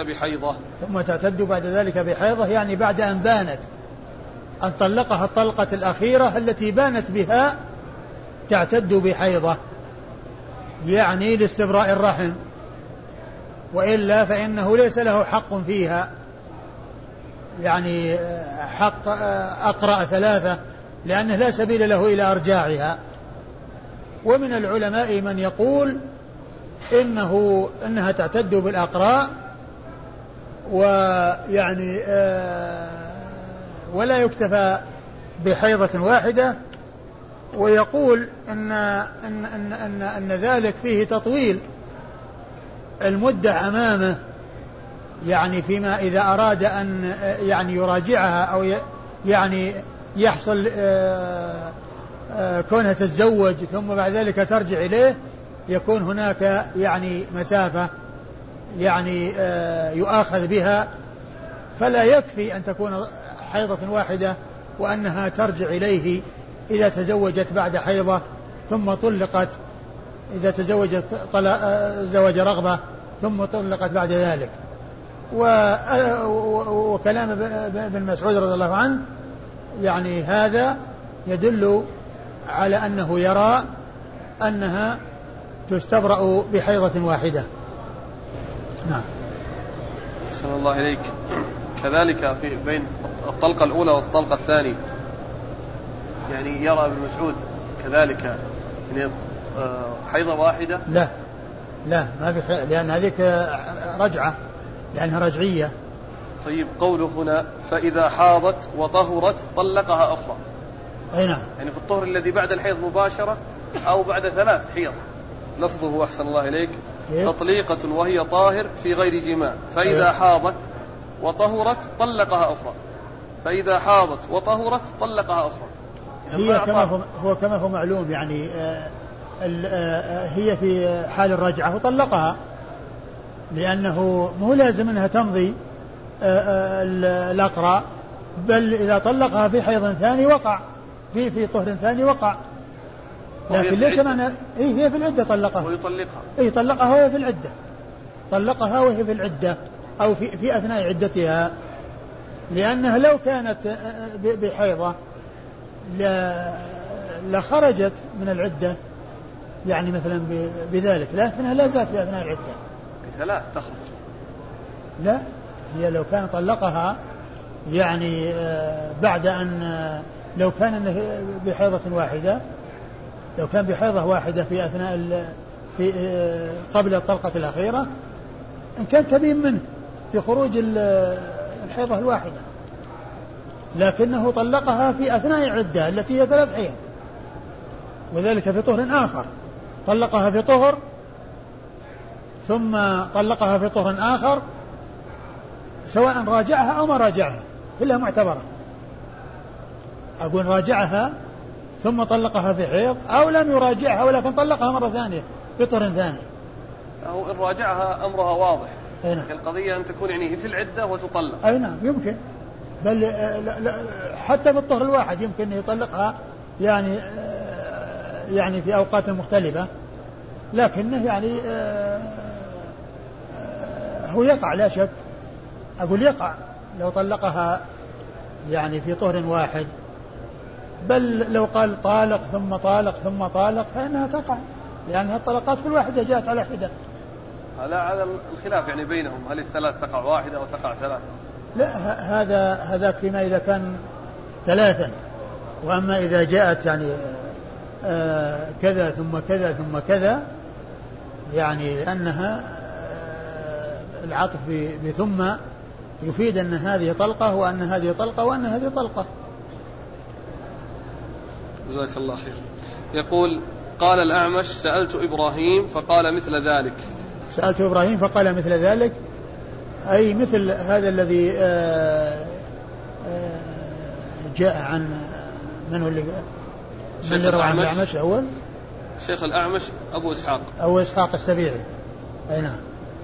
ذلك بحيضة، يعني بعد أن بانت، أن طلقها الطلقة الأخيرة التي بانت بها تعتد بحيضة، يعني لاستبراء الرحم، وإلا فإنه ليس له حق فيها، يعني حق أقرأ ثلاثة، لأنه لا سبيل له إلى أرجاعها. ومن العلماء من يقول إنها تعتد بالأقراء، ويعني ولا يكتفى بحيضة واحدة، ويقول أن ذلك فيه تطويل المدة أمامه، يعني فيما إذا أراد أن يعني يراجعها أو يعني يحصل كونها تتزوج ثم بعد ذلك ترجع إليه، يكون هناك يعني مسافة يعني يؤاخذ بها، فلا يكفي أن تكون حيضة واحدة وأنها ترجع إليه إذا تزوجت بعد حيضة ثم طلقت، إذا تزوجت زواج رغبة ثم طلقت بعد ذلك. وكلام ابن مسعود رضي الله عنه يعني هذا يدل على أنه يرى أنها تستبرأ بحيضة واحدة. نعم. أحسن الله إليك. كذلك في بين الطلقة الأولى والطلقة الثانية، يعني يرى ابن مسعود كذلك يعني حيضة واحدة؟ لا ما في، لأن هذيك رجعة، لأنها رجعية. طيب قوله هنا فإذا حاضت وطهرت طلقها أخرى، أي نعم، يعني في الطهر الذي بعد الحيض مباشرة أو بعد 3 حيض، لفظه أحسن الله إليك تطليقة وهي طاهر في غير جماع، فإذا حاضت وطهرت طلقها أخرى، فإذا حاضت وطهرت طلقها أخرى. هي كما هو معلوم، يعني هي في حال الرجعة وطلقها، لأنه مو لازم أنها تمضي الأقراء، بل إذا طلقها في حيض ثاني وقع في طهر ثاني وقع، لكن ليس معنى هي في العدة طلقها ويطلقها، طلقها وهي في العدة، طلقها وهي في العدة أو في أثناء عدتها، لأنها لو كانت بحيضة لخرجت من العدة، يعني مثلا بذلك، لكنها لا زالت في أثناء العدة. ب3 تخرج. لا، هي لو كان طلقها يعني بعد أن لو كان بحيضة واحدة، لو كان بحيضة واحدة في أثناء في قبل الطلقة الأخيرة، إن كان تبين منه في خروج الحيضة الواحدة، لكنه طلقها في أثناء العدة التي هي 3 حيض، وذلك في طهر آخر، طلقها في طهر ثم طلقها في طهر آخر، سواء راجعها أو ما راجعها كلها معتبرة. أقول راجعها ثم طلقها في حيض، أو لم يراجعها ولكن طلقها مرة ثانية في طهر ثاني، أو إن راجعها أمرها واضح. نعم. القضية أن تكون يعني في العدة وتطلق. أي نعم يمكن، بل لا حتى بالطهر الواحد يمكن يطلقها يعني يعني في أوقات مختلفة، لكنه يعني هو يقع لا شك، أقول يقع لو طلقها يعني في طهر واحد، بل لو قال طالق ثم طالق ثم طالق فإنها تقع، لأنها الطلقات كل واحدة جاءت على حدة. على الخلاف يعني بينهم، هل الثلاث تقع واحدة أو تقع ثلاث؟ لا، هذاك فيما إذا كان ثلاثا، وأما إذا جاءت يعني كذا ثم كذا ثم كذا، يعني لأنها العطف بثم يفيد أن هذه طلقة وأن هذه طلقة وأن هذه طلقة. جزاك الله خير. يقول قال الأعمش سألت إبراهيم فقال مثل ذلك. سألت إبراهيم فقال مثل ذلك، أي مثل هذا الذي جاء عن من هو اللي روى عن الأعمش الأول؟ شيخ الأعمش أبو إسحاق السبيعي. أي نعم.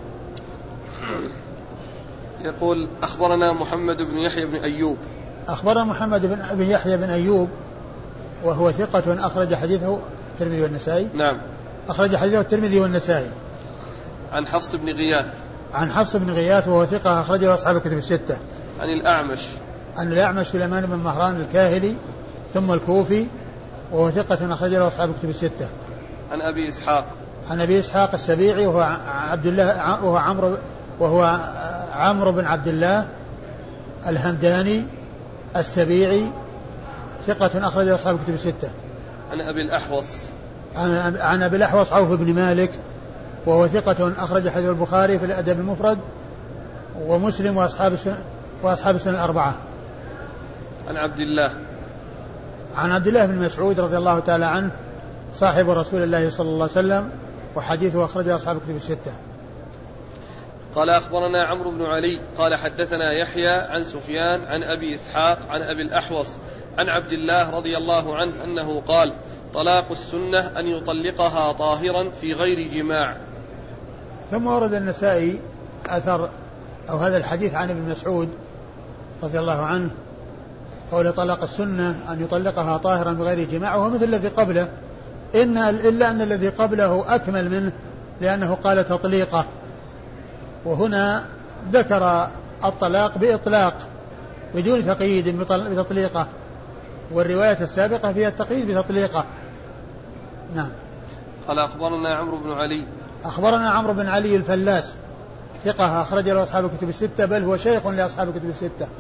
يقول أخبرنا محمد بن يحيى بن أيوب. أخبرنا محمد بن يحيى بن أيوب وهو ثقة أخرج حديثه الترمذي والنسائي. نعم. أخرج حديثه الترمذي والنسائي. عن حفص بن غياث. عن حفص بن غياث وهو ثقة أخرجه أصحاب الكتب الستة. عن الأعمش. عن الأعمش سليمان بن مهران الكاهلي ثم الكوفي وهو ثقة أخرجه أصحاب الكتب الستة. عن أبي إسحاق. عن أبي إسحاق السبيعي وهو عبد الله وهو عمرو بن عبد الله الهمداني السبيعي ثقة أخرجه أصحاب الكتب الستة. عن أبي الأحوص. عن أبي الأحوص عوف بن مالك وهو ثقة أخرج حديث البخاري في الأدب المفرد ومسلم وأصحاب السنن الأربعة. عن عبد الله. عن عبد الله بن مسعود رضي الله تعالى عنه صاحب رسول الله صلى الله عليه وسلم وحديثه أخرجه أصحاب الكتب الستة. قال أخبرنا عمرو بن علي قال حدثنا يحيى عن سفيان عن أبي إسحاق عن أبي الأحوص عن عبد الله رضي الله عنه أنه قال طلاق السنة أن يطلقها طاهرا في غير جماع. ثم ورد النسائي أثر أو هذا الحديث عن ابن مسعود رضي الله عنه قول طلاق السنة أن يطلقها طاهرا بغير جماع، وهو مثل الذي قبله إلا أن الذي قبله أكمل منه لأنه قال تطليقه، وهنا ذكر الطلاق بإطلاق بدون تقييد بتطليقه، والرواية السابقة فيها التقييد بتطليقه. نعم. قال أخبرنا عمرو بن علي. أخبرنا عمرو بن علي الفلاس ثقة أخرج له أصحاب الكتب الستة، بل هو شيخ لأصحاب الكتب الستة.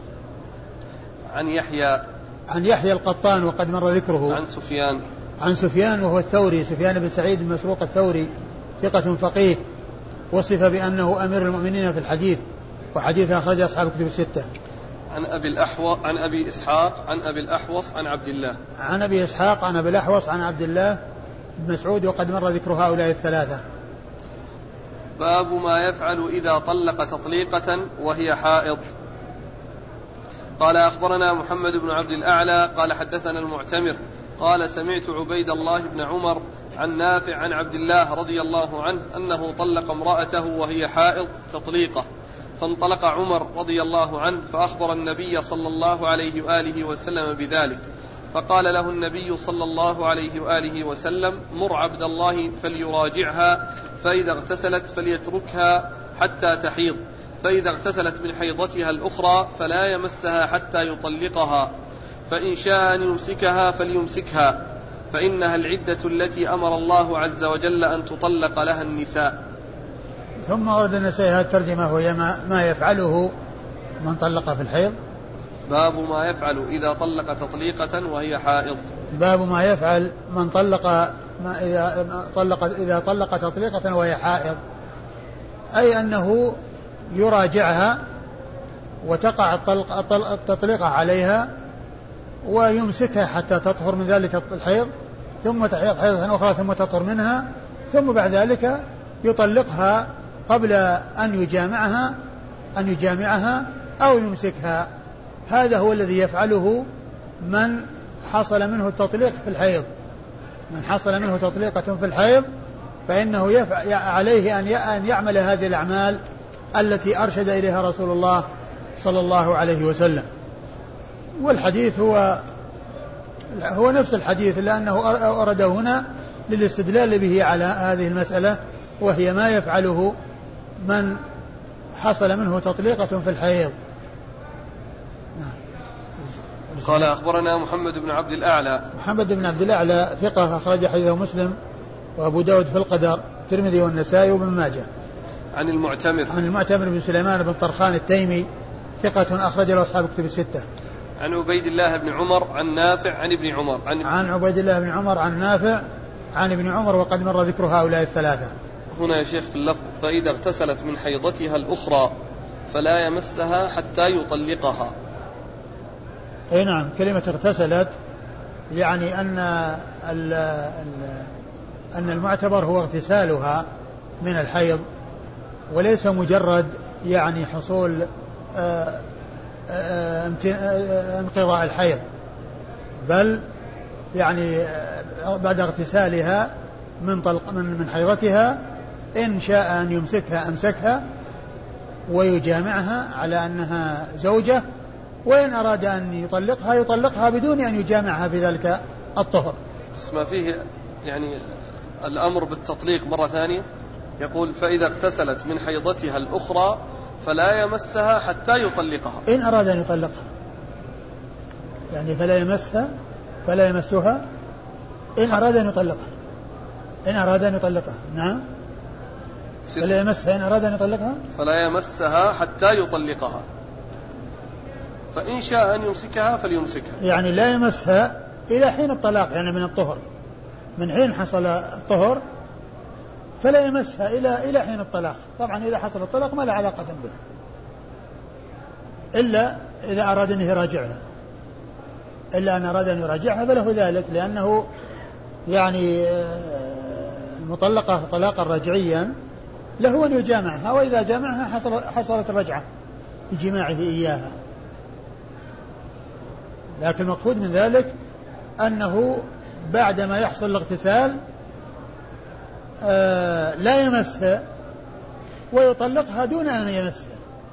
عن يحيى القطان وقد مر ذكره. عن سفيان وهو الثوري، سفيان بن سعيد بن مسروق الثوري ثقة فقيه وصف بأنه أمير المؤمنين في الحديث، وحديثه أخرج أصحاب الكتب الستة. عن أبي إسحاق عن أبي الأحوص عن عبد الله. عن أبي إسحاق عن أبي الأحوص عن عبد الله بن مسعود وقد مر ذكر هؤلاء الثلاثة. باب ما يفعل إذا طلق تطليقة وهي حائض. قال أخبرنا محمد بن عبد الأعلى قال حدثنا المعتمر قال سمعت عبيد الله بن عمر عن نافع عن عبد الله رضي الله عنه أنه طلق امرأته وهي حائض تطليقة، فانطلق عمر رضي الله عنه فأخبر النبي صلى الله عليه وآله وسلم بذلك، فقال له النبي صلى الله عليه وآله وسلم مر عبد الله فليراجعها، فإذا اغتسلت فليتركها حتى تحيض، فإذا اغتسلت من حيضتها الأخرى فلا يمسها حتى يطلقها، فإن شاء أن يمسكها فليمسكها، فإنها العدة التي أمر الله عز وجل أن تطلق لها النساء. ثم ورد النسائي هذه الترجمة وهي ما يفعله من طلق في الحيض. باب ما يفعل إذا طلق تطليقة وهي حائض. باب ما يفعل من إذا طلق تطليقة وهي حائض، أي أنه يراجعها وتقع التطليقة عليها ويمسكها حتى تطهر من ذلك الحيض، ثم تحيض حيضة أخرى ثم تطهر منها، ثم بعد ذلك يطلقها قبل أن يجامعها أو يمسكها. هذا هو الذي يفعله من حصل منه التطليق في الحيض. من حصل منه تطليقة في الحيض فإنه عليه أن يعمل هذه الأعمال التي أرشد إليها رسول الله صلى الله عليه وسلم. والحديث هو هو نفس الحديث لأنه أرده هنا للاستدلال به على هذه المسألة، وهي ما يفعله من حصل منه تطليقة في الحيض. قال أخبرنا محمد بن عبد الأعلى. محمد بن عبد الأعلى ثقة أخرج حديثه مسلم وأبو داود في القدر، الترمذي والنسائي وابن ماجه. عن المعتمر بن سليمان بن طرخان التيمي ثقة أخرج له أصحاب كتب الستة. عن عبيد الله بن عمر عن نافع عن ابن عمر عن عبيد الله بن عمر عن نافع عن ابن عمر، وقد مر ذكر هؤلاء الثلاثة. هنا يا شيخ في اللفظ فإذا اغتسلت من حيضتها الأخرى فلا يمسها حتى يطلقها. أي نعم، كلمة اغتسلت يعني أن المعتبر هو اغتسالها من الحيض، وليس مجرد يعني حصول انقضاء الحيض، بل يعني بعد اغتسالها من حيضتها إن شاء أن يمسكها أمسكها ويجامعها على أنها زوجة، وإن أراد أن يطلقها يطلقها بدون أن يجامعها في ذلك الطهر. اسمع فيه يعني الأمر بالتطليق مرة ثانية، يقول فإذا اغتسلت من حيضتها الأخرى فلا يمسها حتى يطلقها. إن أراد أن يطلقها يعني فلا يمسها إن أراد أن يطلقها. نعم، فلا يمسها إن أراد أن يطلقها، فلا يمسها حتى يطلقها، فإن شاء أن يمسكها فليمسكها، يعني لا يمسها إلى حين الطلاق، يعني من الطهر، من حين حصل الطهر فلا يمسها إلى حين الطلاق. طبعا إذا حصل الطلاق ما له علاقة به، إلا إذا أراد أن يراجعها، فله ذلك، لأنه يعني المطلقة طلاقا رجعيا له أن يجامعها، وإذا جامعها حصلت الرجعة بجماعه إياها. لكن المقصود من ذلك أنه بعدما يحصل الاغتسال لا يمسها ويطلقها دون أن يمسها،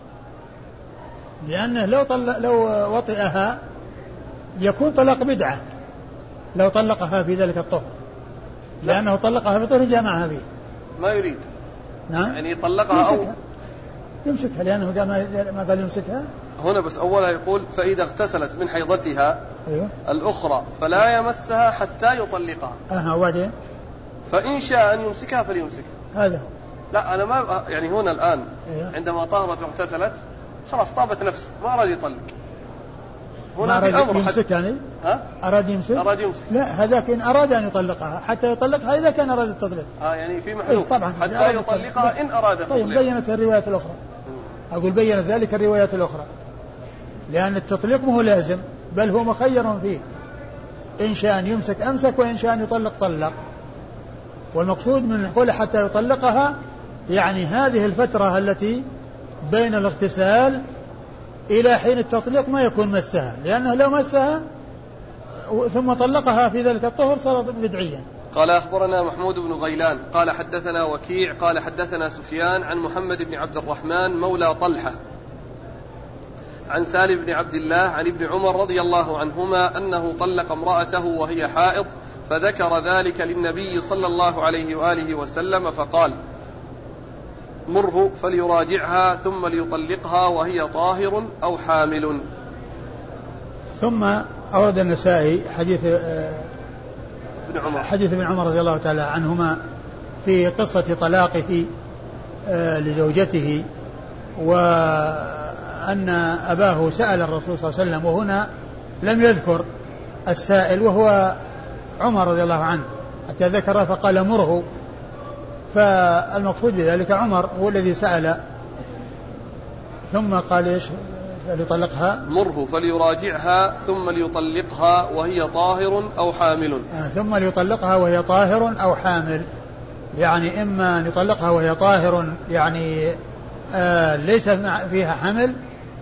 لأنه لو وطئها يكون طلاق بدعة لو طلقها في ذلك الطهر، لأنه طلقها في طهر جامعها به، ما يريد. نعم، يعني يطلقها أو يمسكها لأنه ما قال يمسكها هنا، بس أولها يقول فإذا اغتسلت من حيضتها أيوه الأخرى فلا يمسها حتى يطلقها. وبعدين فإن شاء أن يمسكها فليمسكها. هذا لا أنا ما يعني هنا الآن أيوه. عندما طهرت واغتسلت خلاص طابت نفسه، ما أراد يطلق. هنا في أمر يمسك يعني أراد يمسك. لا، هذاك إن أراد أن يطلقها حتى يطلقها إذا كان أراد التطليق. يعني في محذوف طبعا حتى يطلقها إن أراد التطليق. طيب بينت الروايات الأخرى. أقول بينت ذلك الروايات الأخرى، لأن التطليق مو لازم، بل هو مخير فيه، إن شاء أن يمسك أمسك، وإن شاء أن يطلق طلق. والمقصود من قوله حتى يطلقها يعني هذه الفترة التي بين الاغتسال إلى حين التطليق ما يكون مسها، لأنه لو مسها ثم طلقها في ذلك الطهر صارت بدعيا. قال أخبرنا محمود بن غيلان قال حدثنا وكيع قال حدثنا سفيان عن محمد بن عبد الرحمن مولى طلحة عن سالم بن عبد الله عن ابن عمر رضي الله عنهما أنه طلق امرأته وهي حائض، فذكر ذلك للنبي صلى الله عليه وآله وسلم فقال مره فليراجعها ثم ليطلقها وهي طاهر أو حامل. ثم أورد النسائي حديث ابن عمر رضي الله تعالى عنهما في قصة طلاقه لزوجته، وأن أباه سأل الرسول صلى الله عليه وسلم، وهنا لم يذكر السائل وهو عمر رضي الله عنه حتى ذكره فقال مره، فالمقصود بذلك عمر هو الذي سأل، ثم قال ايش؟ فليطلقها مره فليراجعها ثم ليطلقها وهي طاهر أو حامل. ثم ليطلقها وهي طاهر أو حامل، يعني إما أن يطلقها وهي طاهر يعني ليس فيها حمل،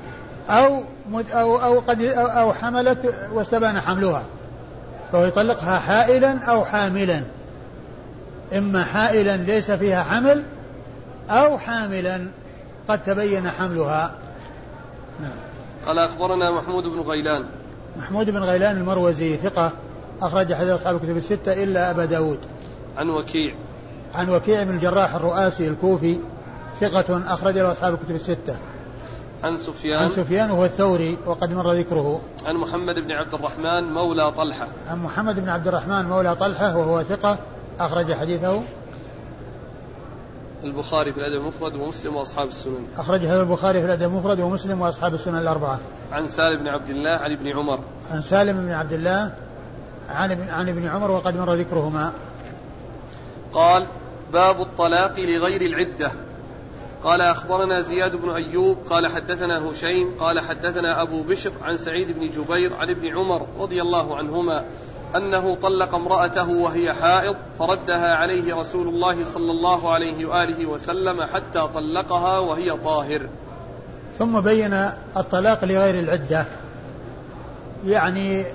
أو حملت واستبان حملها، فهو يطلقها حائلا أو حاملا، إما حائلا ليس فيها حمل أو حاملا قد تبين حملها. قال أخبرنا محمود بن غيلان المروزي ثقة أخرج حديث أصحاب الكتب الستة إلا أبا داود. عن وكيع بن الجراح الرؤاسي الكوفي ثقة أخرج له أصحاب الكتب الستة. عن سفيان وهو الثوري وقد مر ذكره. عن محمد بن عبد الرحمن مولى طلحة. عن محمد بن عبد الرحمن مولى طلحة وهو ثقة أخرج حديثه البخاري في الأدب المفرد ومسلم وأصحاب السنن. أخرجه البخاري في الأدب المفرد ومسلم وأصحاب السنن الأربعة. عن سالم بن عبد الله عن ابن عمر. عن سالم بن عبد الله عن ابن عمر وقد مر ذكرهما. قال: باب الطلاق لغير العدة. قال: أخبرنا زياد بن أيوب قال حدثنا هشيم قال حدثنا أبو بشر عن سعيد بن جبير عن ابن عمر رضي الله عنهما أنه طلق امرأته وهي حائض فردها عليه رسول الله صلى الله عليه وآله وسلم حتى طلقها وهي طاهر. ثم بين الطلاق لغير العدة، يعني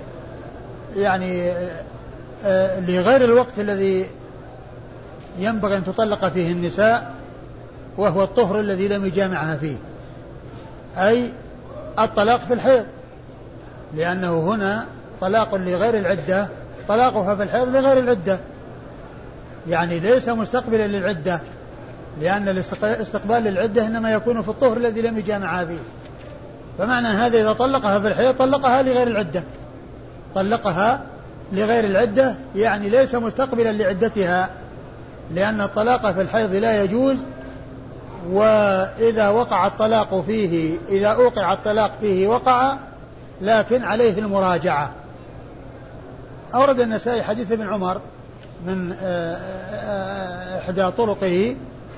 لغير الوقت الذي ينبغي أن تطلق فيه النساء وهو الطهر الذي لم يجامعها فيه، أي الطلاق في الحيض، لأنه هنا طلاق لغير العدة، طلاقها في الحيض لغير العدة، يعني ليس مستقبلا للعدة، لأن الاستقبال للعدة إنما يكون في الطهر الذي لم يجامعها فيه. فمعنى هذا إذا طلقها في الحيض طلقها لغير العدة، طلقها لغير العدة، يعني ليس مستقبلا لعدتها، لأن الطلاق في الحيض لا يجوز، وإذا وقع الطلاق فيه، إذا أوقع الطلاق فيه وقع، لكن عليه المراجعة. أورد النسائي حديث ابن عمر من إحدى طرقه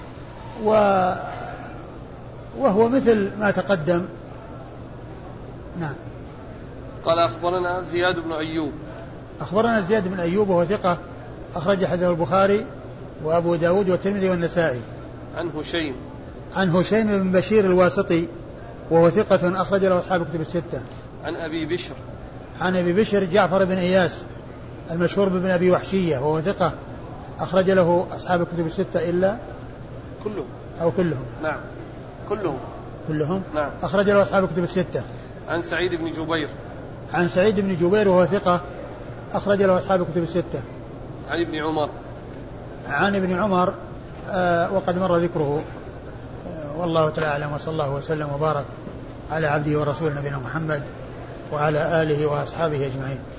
وهو مثل ما تقدم. نعم. قال: أخبرنا زياد بن أيوب. أخبرنا زياد بن أيوب وهو ثقة أخرج حديث البخاري وأبو داود والترمذي والنسائي. عن هشيم بن بشير الواسطي وهو ثقة أخرج له أصحاب الكتب الستة. عن أبي بشر جعفر بن إياس المشهور بابن أبي وحشية وهو ثقة أخرج له أصحاب الكتب الستة إلا كلهم. نعم كلهم. نعم. أخرج له أصحاب الكتب الستة. عن سعيد بن جبير وهو ثقة أخرج له أصحاب الكتب الستة. عن ابن عمر وقد مر ذكره. والله تعالى أعلم، وصلى الله وسلم وبارك على عبده ورسوله نبينا محمد وعلى آله وأصحابه أجمعين.